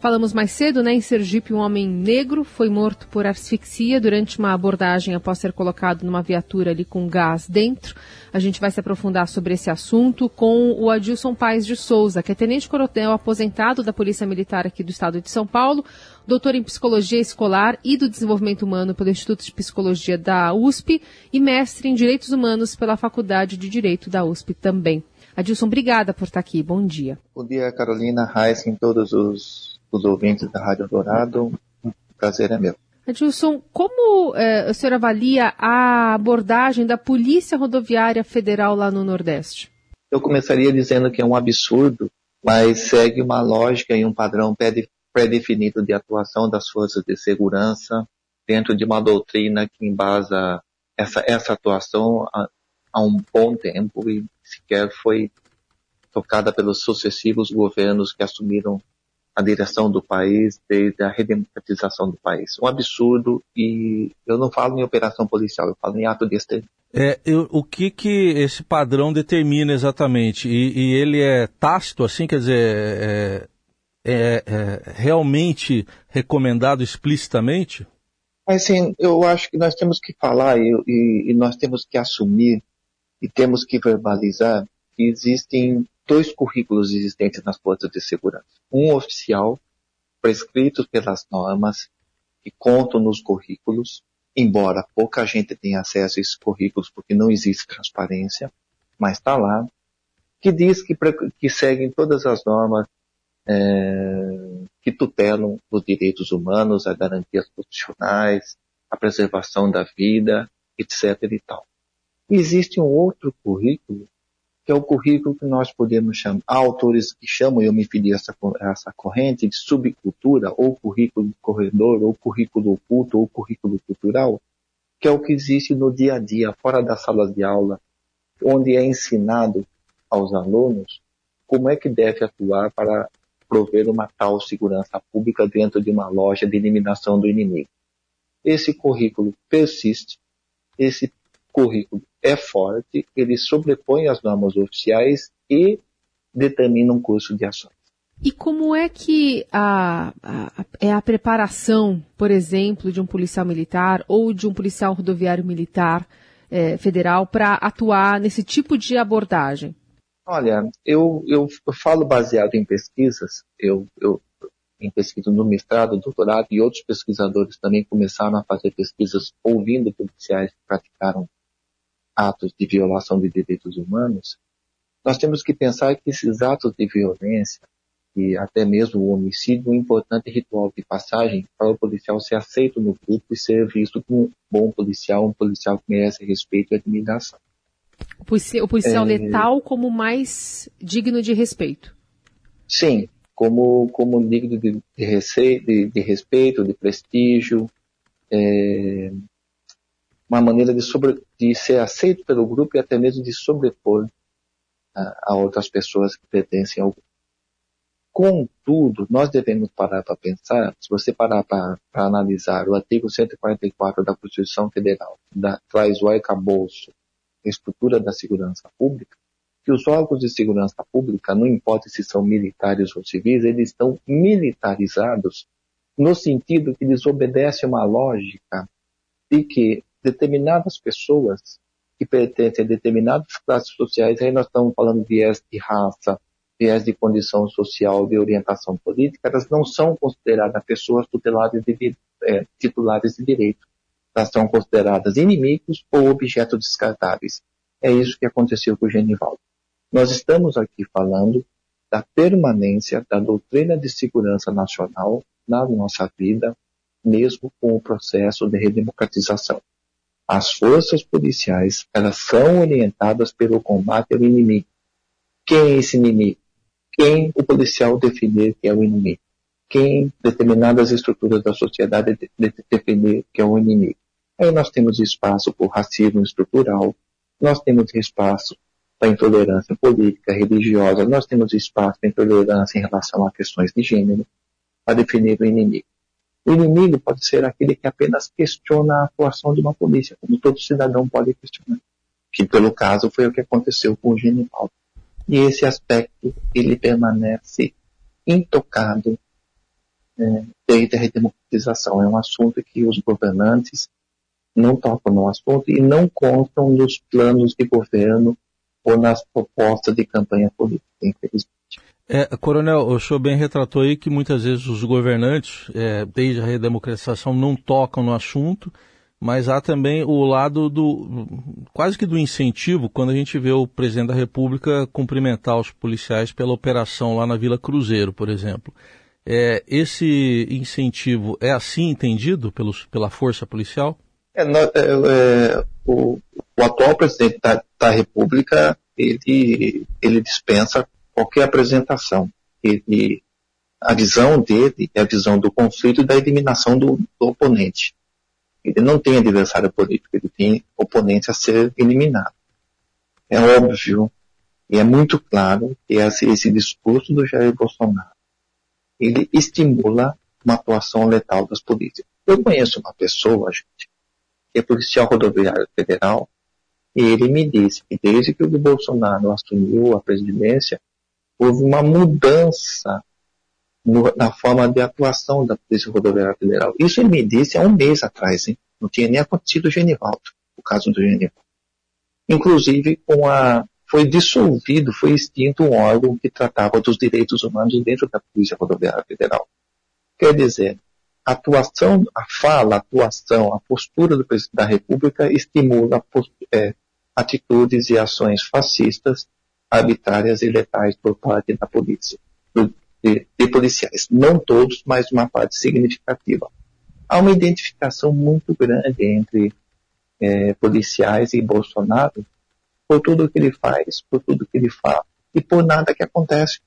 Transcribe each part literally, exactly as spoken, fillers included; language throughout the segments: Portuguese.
Falamos mais cedo, né, em Sergipe, um homem negro foi morto por asfixia durante uma abordagem após ser colocado numa viatura ali com gás dentro. A gente vai se aprofundar sobre esse assunto com o Adilson Paes de Souza, que é tenente-coronel aposentado da Polícia Militar aqui do estado de São Paulo, doutor em Psicologia Escolar e do Desenvolvimento Humano pelo Instituto de Psicologia da U S P e mestre em Direitos Humanos pela Faculdade de Direito da U S P também. Adilson, obrigada por estar aqui. Bom dia. Bom dia, Carolina, Raíssa, em todos os, os ouvintes da Rádio Dourado. Um prazer é meu. Adilson, como eh, o senhor avalia a abordagem da Polícia Rodoviária Federal lá no Nordeste? Eu começaria dizendo que é um absurdo, mas segue uma lógica e um padrão pré-definido de atuação das forças de segurança dentro de uma doutrina que embasa essa, essa atuação há, há um bom tempo e sequer foi tocada pelos sucessivos governos que assumiram a direção do país desde a redemocratização do país. Um absurdo, e eu não falo em operação policial, eu falo em ato de extermínio. É, eu, o que que esse padrão determina exatamente? E, e ele é tácito, assim, quer dizer, é, é, é realmente recomendado explicitamente? Assim, eu acho que nós temos que falar e, e, e nós temos que assumir e temos que verbalizar que existem dois currículos existentes nas forças de segurança. Um oficial, prescrito pelas normas, que contam nos currículos, embora pouca gente tenha acesso a esses currículos porque não existe transparência, mas está lá, que diz que, que seguem todas as normas é, que tutelam os direitos humanos, as garantias constitucionais, a preservação da vida, etc e tal. Existe um outro currículo, que é o currículo que nós podemos chamar, há autores que chamam, e eu me fili a essa, a essa corrente, de subcultura, ou currículo de corredor, ou currículo oculto, ou currículo cultural, que é o que existe no dia a dia, fora das salas de aula, onde é ensinado aos alunos como é que deve atuar para prover uma tal segurança pública dentro de uma loja de eliminação do inimigo. Esse currículo persiste, esse currículo é forte, ele sobrepõe as normas oficiais e determina um curso de ações. E como é que a, a, é a preparação, por exemplo, de um policial militar ou de um policial rodoviário militar eh, federal para atuar nesse tipo de abordagem? Olha, eu, eu, eu falo baseado em pesquisas, eu, eu em pesquisa no mestrado, doutorado, e outros pesquisadores também começaram a fazer pesquisas ouvindo policiais que praticaram atos de violação de direitos humanos. Nós temos que pensar que esses atos de violência, e até mesmo o homicídio, um importante ritual de passagem para o policial ser aceito no grupo e ser visto como um bom policial, um policial que merece respeito e admiração. O policial, o policial é... letal como mais digno de respeito? Sim, como, como digno de, de, rece... de, de respeito, de prestígio, é... uma maneira de, sobre... de ser aceito pelo grupo e até mesmo de sobrepor a, a outras pessoas que pertencem ao grupo. Contudo, nós devemos parar para pensar, se você parar para analisar o artigo cento e quarenta e quatro da Constituição Federal, da, traz o arcabouço, a estrutura da segurança pública, que os órgãos de segurança pública, não importa se são militares ou civis, eles estão militarizados no sentido que eles obedecem uma lógica de que determinadas pessoas que pertencem a determinadas classes sociais, aí nós estamos falando de viés de raça, viés de condição social, de orientação política, elas não são consideradas pessoas tuteladas de, é, titulares de direito. Elas são consideradas inimigos ou objetos descartáveis. É isso que aconteceu com o Genivaldo. Nós estamos aqui falando da permanência da doutrina de segurança nacional na nossa vida, mesmo com o processo de redemocratização. As forças policiais, elas são orientadas pelo combate ao inimigo. Quem é esse inimigo? Quem o policial definir que é o inimigo? Quem determinadas estruturas da sociedade de, de, definir que é o inimigo? Aí nós temos espaço para o racismo estrutural, nós temos espaço para intolerância política, religiosa, nós temos espaço para intolerância em relação a questões de gênero, para definir o inimigo. O inimigo pode ser aquele que apenas questiona a atuação de uma polícia, como todo cidadão pode questionar. Que, pelo caso, foi o que aconteceu com o Genivaldo. E esse aspecto, ele permanece intocado é, desde a redemocratização. É um assunto que os governantes não tocam no assunto e não constam nos planos de governo ou nas propostas de campanha política, infelizmente. É, Coronel, o senhor bem retratou aí que muitas vezes os governantes, é, desde a redemocratização, não tocam no assunto, mas há também o lado do, quase que do incentivo, quando a gente vê o presidente da República cumprimentar os policiais pela operação lá na Vila Cruzeiro, por exemplo. É, esse incentivo é assim entendido pelos, pela força policial? É, é, é, o, o atual presidente da, da República, ele, ele dispensa qualquer apresentação. Ele, a visão dele é a visão do conflito e da eliminação do, do oponente. Ele não tem adversário político, ele tem oponente a ser eliminado. É óbvio e é muito claro que esse, esse discurso do Jair Bolsonaro, ele estimula uma atuação letal das polícias. Eu conheço uma pessoa, gente, que é policial rodoviário federal, e ele me disse que desde que o Bolsonaro assumiu a presidência, houve uma mudança no, na forma de atuação da Polícia Rodoviária Federal. Isso ele me disse há um mês atrás, hein? Não tinha nem acontecido o Genivaldo, o caso do Genivaldo. Inclusive, com a, foi dissolvido, foi extinto um órgão que tratava dos direitos humanos dentro da Polícia Rodoviária Federal. Quer dizer, a atuação, a fala, a atuação, a postura do presidente da República estimula é, atitudes e ações fascistas, arbitrárias e letais por parte da polícia, de, de policiais. Não todos, mas uma parte significativa. Há uma identificação muito grande entre é, policiais e Bolsonaro por tudo que ele faz, por tudo que ele fala e por nada que acontece.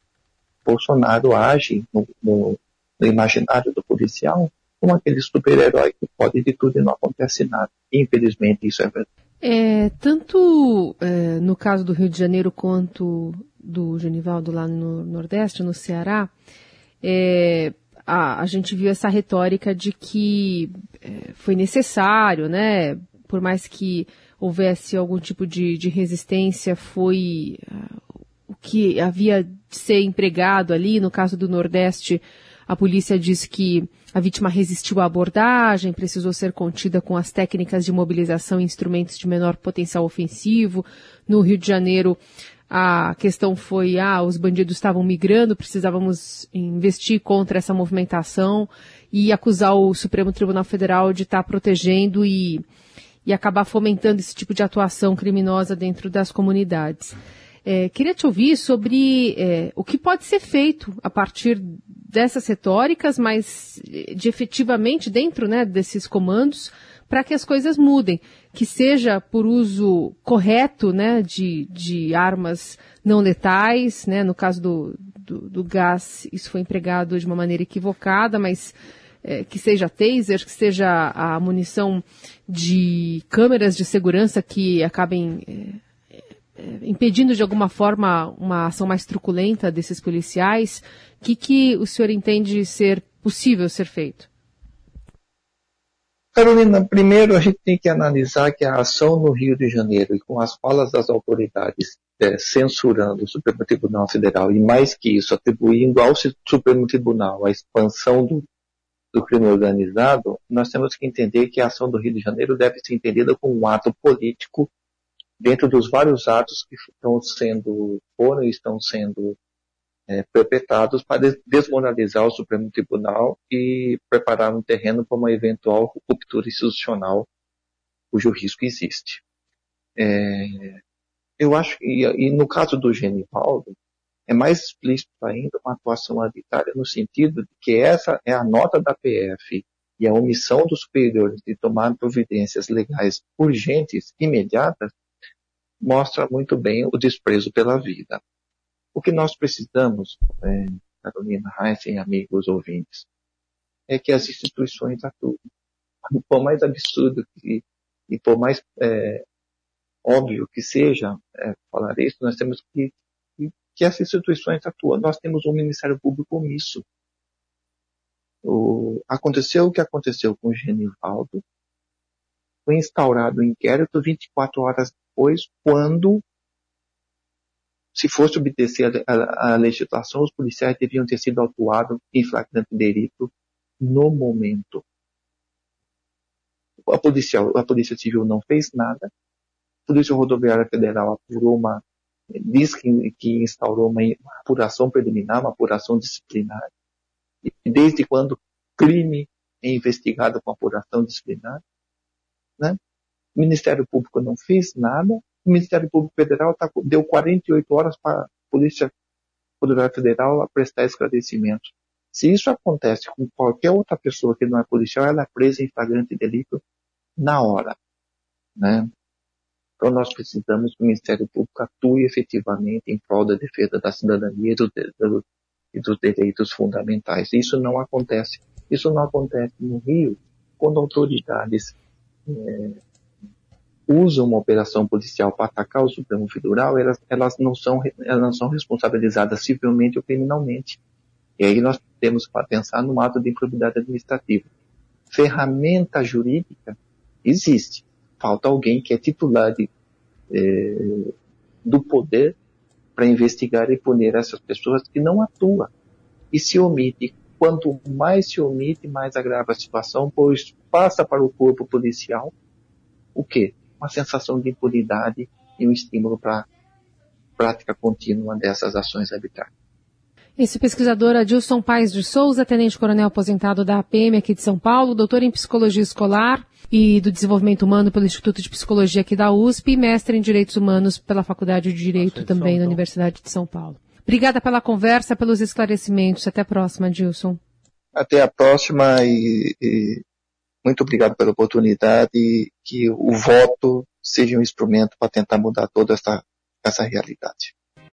Bolsonaro age no, no, no imaginário do policial como aquele super-herói que pode de tudo e não acontece nada. Infelizmente isso é verdade. É, tanto é, no caso do Rio de Janeiro quanto do Genivaldo lá no Nordeste, no Ceará, é, a, a gente viu essa retórica de que é, foi necessário, né, por mais que houvesse algum tipo de, de resistência, foi uh, o que havia de ser empregado ali. No caso do Nordeste, a polícia diz que a vítima resistiu à abordagem, precisou ser contida com as técnicas de mobilização e instrumentos de menor potencial ofensivo. No Rio de Janeiro, a questão foi, ah, os bandidos estavam migrando, precisávamos investir contra essa movimentação e acusar o Supremo Tribunal Federal de estar protegendo e, e acabar fomentando esse tipo de atuação criminosa dentro das comunidades. É, queria te ouvir sobre é, o que pode ser feito a partir dessas retóricas, mas de efetivamente dentro, né, desses comandos, para que as coisas mudem, que seja por uso correto, né, de, de armas não letais, né, no caso do, do, do gás, isso foi empregado de uma maneira equivocada, mas é, que seja taser, que seja a munição de câmeras de segurança que acabem é, impedindo de alguma forma uma ação mais truculenta desses policiais. O que, que o senhor entende ser possível ser feito? Carolina, primeiro a gente tem que analisar que a ação no Rio de Janeiro e com as falas das autoridades é, censurando o Supremo Tribunal Federal e mais que isso, atribuindo ao Supremo Tribunal a expansão do, do crime organizado, nós temos que entender que a ação do Rio de Janeiro deve ser entendida como um ato político dentro dos vários atos que estão sendo, foram e estão sendo é, perpetrados para desmoralizar o Supremo Tribunal e preparar um terreno para uma eventual ruptura institucional cujo risco existe. É, eu acho que, e no caso do Genivaldo, é mais explícito ainda uma atuação arbitrária no sentido de que essa é a nota da P F e a omissão dos superiores de tomar providências legais urgentes, imediatas, mostra muito bem o desprezo pela vida. O que nós precisamos, é, Carolina Heinz e amigos ouvintes, é que as instituições atuem. Por mais absurdo que, e por mais é, óbvio que seja é, falar isso, nós temos que, que, que as instituições atuem. Nós temos um Ministério Público omisso. O, aconteceu o que aconteceu com o Genivaldo, foi instaurado o inquérito vinte e quatro horas depois, quando se fosse obedecer a, a, a legislação, os policiais deviam ter sido autuados em flagrante delito no momento. A polícia, a Polícia Civil não fez nada, a Polícia Rodoviária Federal apurou uma, diz que, que instaurou uma, uma apuração preliminar, uma apuração disciplinar. E desde quando crime é investigado com apuração disciplinar, né? O Ministério Público não fez nada, o Ministério Público Federal tá, deu quarenta e oito horas para a Polícia Rodoviária Federal prestar esclarecimento. Se isso acontece com qualquer outra pessoa que não é policial, ela é presa em flagrante delito na hora, né? Então nós precisamos que o Ministério Público atue efetivamente em prol da defesa da cidadania e, do, do, e dos direitos fundamentais. Isso não acontece. Isso não acontece no Rio, quando autoridades é, usam uma operação policial para atacar o Supremo Federal, elas, elas, não são, elas não são responsabilizadas civilmente ou criminalmente. E aí nós temos para pensar no ato de improbidade administrativa. Ferramenta jurídica existe. Falta alguém que é titular de, eh, do poder para investigar e punir essas pessoas que não atuam e se omite. Quanto mais se omite, mais agrava a situação, pois passa para o corpo policial o quê? Uma sensação de impunidade e um estímulo para a prática contínua dessas ações arbitrárias. Esse pesquisador Adilson Paes de Souza, tenente-coronel aposentado da A P M aqui de São Paulo, doutor em Psicologia Escolar e do Desenvolvimento Humano pelo Instituto de Psicologia aqui da U S P e mestre em Direitos Humanos pela Faculdade de Direito também da Universidade de São Paulo. Obrigada pela conversa, pelos esclarecimentos. Até a próxima, Adilson. Até a próxima e, e muito obrigado pela oportunidade e que o voto seja um instrumento para tentar mudar toda essa, essa realidade.